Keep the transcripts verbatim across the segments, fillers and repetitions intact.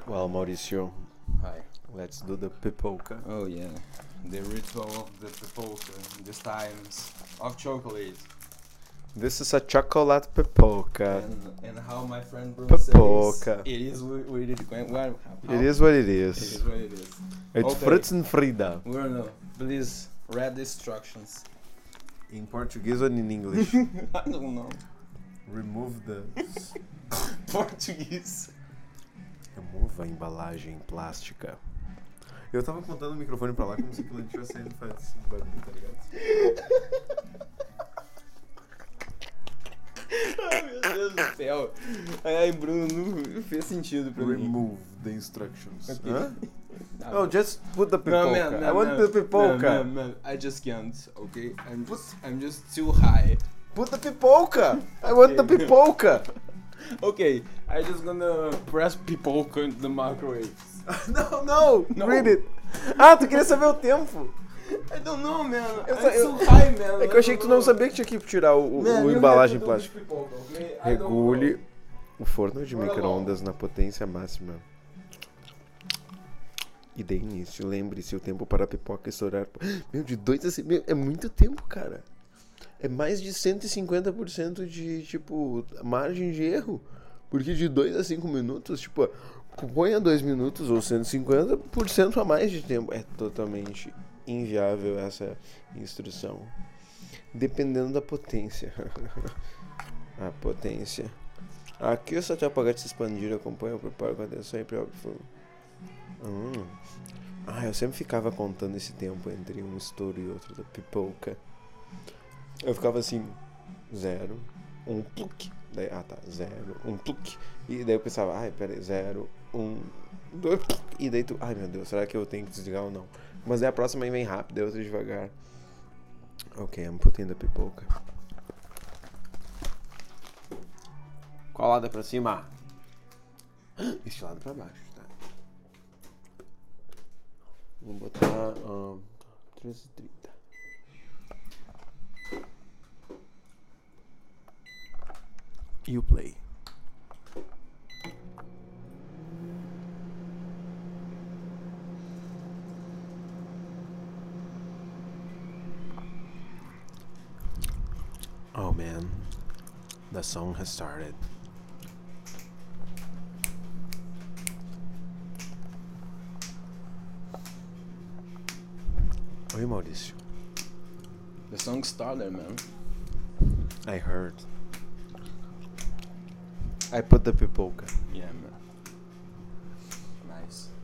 Well, Mauricio, Hi. let's do the pipoca. Oh yeah, the ritual of the pipoca. This time of chocolate. This is a chocolate pipoca. And, and how my friend Bruno Pipoca. says, it is what what it, well, how, It is what it It is. is what it is. It's Okay. Fritz and Frida. Bruno, please read the instructions. In Portuguese or in English? I don't know. Remove the... Português. Remova a embalagem plástica. Eu tava apontando o microfone pra lá como se aquilo ali tivesse saindo faz barulho, tá ligado? Ai meu Deus do céu. Ai, Bruno, não fez sentido pra mim. Remove the instructions. Okay. Hã? Não. Oh, just put the No, pipoca. man, man, I want man, the pipoca. Man, man, man, I just can't. Okay, I'm just, I'm just too high. Put the pipoca. I want the Okay. pipoca. Okay, I just gonna press pipoca in the microwave. No, no, No. read it. Ah, tu queria saber o tempo. I don't know, man. Eu I'm sa- eu- so high, man. É que eu achei que tu não sabia que tinha que tirar o, o- Man, o you embalagem have to do plástica. with pipoca, okay? I don't Regule know. o forno de Bora lá. micro-ondas na potência máxima. E dê início. Lembre-se, o tempo para a pipoca estourar. Meu, de dois a cinco. Meu, é muito tempo, cara. É mais de cento e cinquenta por cento de, tipo, margem de erro. Porque de dois a cinco minutos, tipo, ponha dois minutos ou cento e cinquenta por cento a mais de tempo. É totalmente inviável essa instrução. Dependendo da potência. A potência. Aqui o só apagar de se expandir, acompanha o preparo com atenção e prova. Hum. Ah, eu sempre ficava contando esse tempo entre um estouro e outro da pipoca. Eu ficava assim, zero, um pluque. Daí, ah tá, zero, um pluque. E daí eu pensava, ai, peraí, zero, um, dois, pluque. E daí tu, ai meu Deus, será que eu tenho que desligar ou não? Mas daí a próxima aí vem rápido, a outra devagar. Ok, I'm putting the pipoca. Qual lado é pra cima? Este lado pra baixo, tá? Vou botar um, treze e trinta. E o play. Oh man, the song has started. Oi, Maurício. The song started, man. I heard. I put the pipoca. Yeah, man. Nice.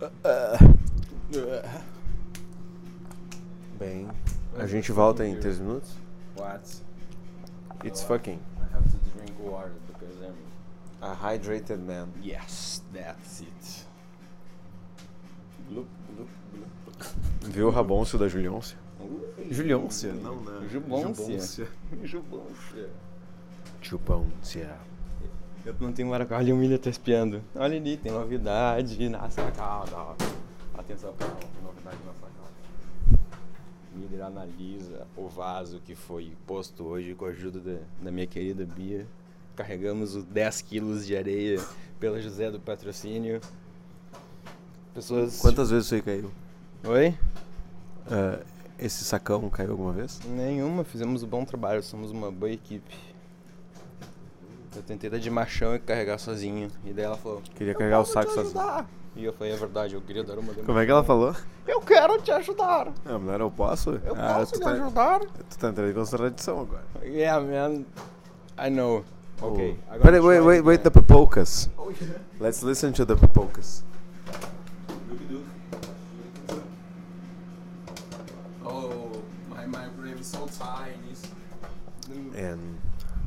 Bem, a gente volta em três minutos. What? It's Oh, fucking I have to drink water because I'm. a hydrated man. Yes, that's it. Glup, glup, glup. Viu o rabôncio da Juliôncia? Uh, Juliôncia, não, né? Jubôncia. Jubôncia. Chupôncia. Eu não tenho maracujá, o William tá espiando. Olha ali, tem novidade na sacada. Atenção, pessoal, tem novidade na sacada. Miller analisa o vaso que foi posto hoje com a ajuda da, da minha querida Bia. Carregamos os dez quilos de areia pela José do Patrocínio. Pessoas... Quantas vezes isso aí caiu? Oi? Ah, esse sacão caiu alguma vez? Nenhuma, fizemos um bom trabalho, somos uma boa equipe. Eu tentei dar de machão e carregar sozinho. E daí ela falou, Queria "Eu carregar o posso saco te sozinho." ajudar." E eu falei, é verdade, eu queria dar uma de Como é que ela machão. falou? Eu quero te ajudar. Não, mulher, eu posso? Eu Ah, posso tu te tá, ajudar. tu tá entrando em contradição agora. Yeah, man. I know. Okay. I gotta Peraí, wait, try wait, it wait, the again. pipocas. Oh, yeah. Let's listen to the pipocas. Oh, my microwave is so tiny. And...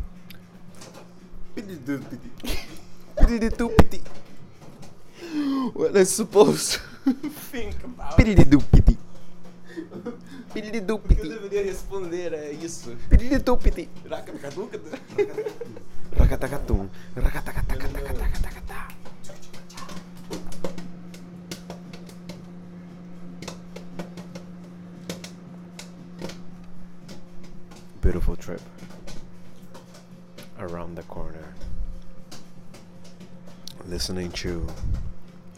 Pirididupiti. What am I supposed to think about? Pirididupiti. O que eu Pirididupiti. deveria responder é isso. Pirididupiti. Racacaduca? Racatacatum. Racatacatacatacatacatacatá. Beautiful trip around the corner. Listening to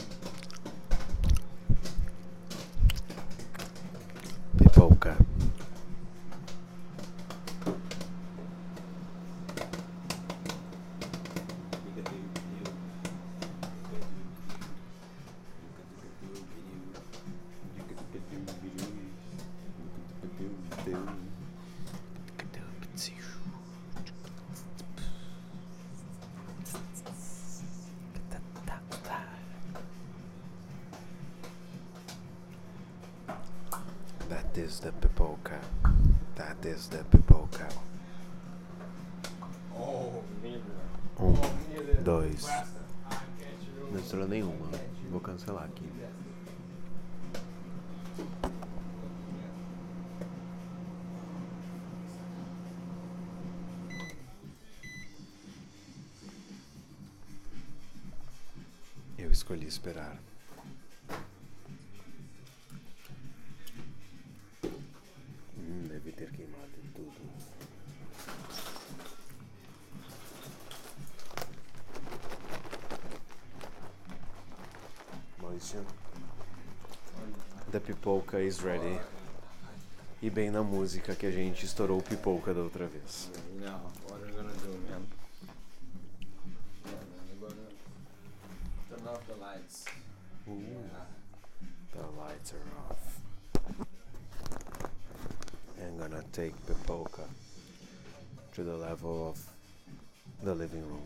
That is the pipoca. That is the pipoca. Um, dois. Não estourou nenhuma. Vou cancelar aqui. Eu escolhi esperar. Hum, deve ter queimado tudo. Maurício. The pipoca is ready. E bem na música que a gente estourou o pipoca da outra vez. Now, what are we gonna do, man? We're gonna turn off the lights. Ooh. Yeah. The lights are off. I'm gonna take pipoca to the level of the living room.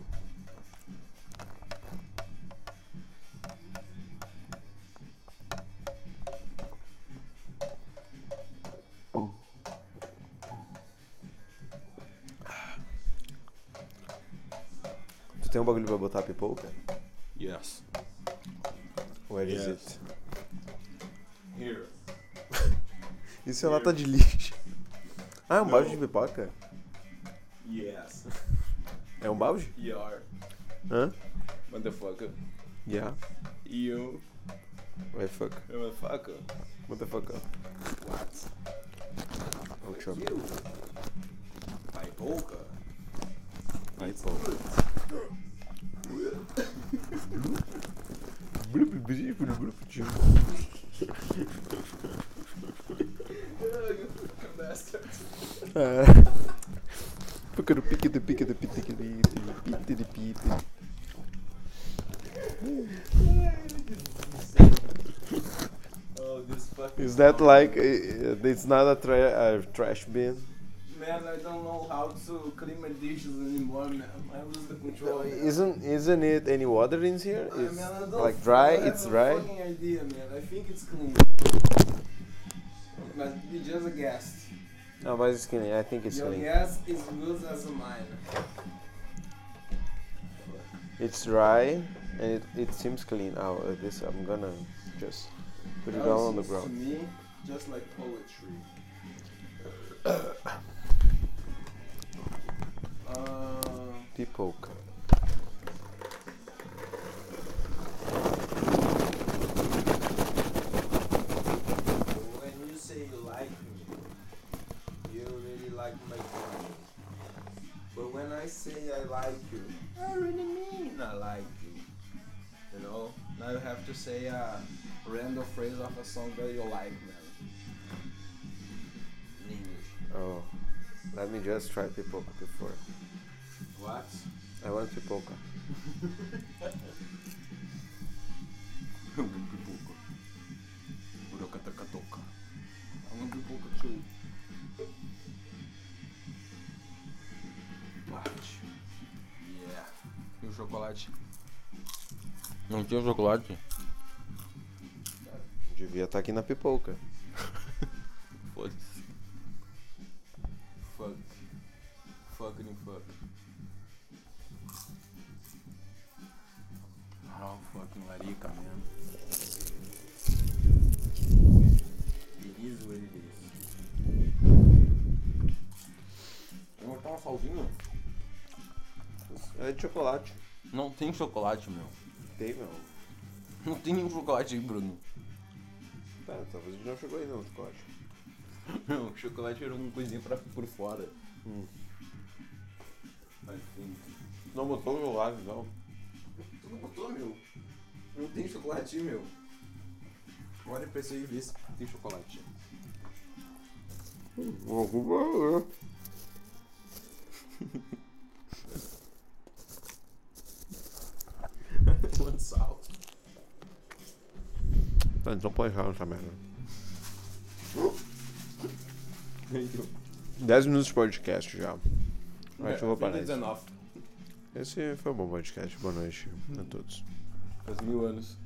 Tu tem um bagulho pra botar a pipoca? Yes. Where is Yes. it? Here. Isso é lata de lixo. Ah, é um balde de pipoca? Yes. É um balde? You are. Hã? Motherfucker. Yeah. You. Why fuck? Motherfucker. Motherfucker. What? Oh, chop. You. Pipoca. Pipoca. Pica do pique do pique do pique do pique do pique. Oh, this fucking. Is that like uh, it's not a, tra- a trash bin? Man, I don't know how to clean my dishes anymore, man. I lose the control. man. Isn't isn't it any water in here? I It's mean, I don't like f- dry. I have It's no dry. fucking idea, man. I think it's clean. Must be just a guess. No, but it's clean. I think it's Your clean. guess is good as mine. It's dry and it, it seems clean. Oh, uh, this I'm gonna just put it That down on the seems ground. To me, just like poetry. uh, Pipoca. when you say you like me, you really like my company. But when I say I like you, I really mean I like you. You know? Now you have to say a random phrase of a song that you like, man. In English. Oh, let me just try pipoca before. What? I want pipoca. Pipoca. Burocatacatoca. I want pipoca too. Bate. Yeah. E o chocolate? Não tinha chocolate? Devia estar aqui na pipoca. Foda-se. Fuck. Fucking fuck. Oh, fucking larica, man. It is what it is. Vou botar um salzinho? É de chocolate. Não tem chocolate, meu. Tem, meu. Não tem nenhum chocolate aí, Bruno. Tá, talvez não chegou aí não, chocolate. Não, o chocolate era uma coisinha pra, por fora. Hum. I think. Não botou o chocolate, não. Tu não botou, meu? Não tem chocolate, meu. Olha pra isso aí e vê se tem chocolate. One sal. Tá, então pode errar essa merda. dez minutos de podcast já. Acho que eu vou parar isso. dezenove. Esse foi um bom podcast. Boa noite a todos. Faz mil anos.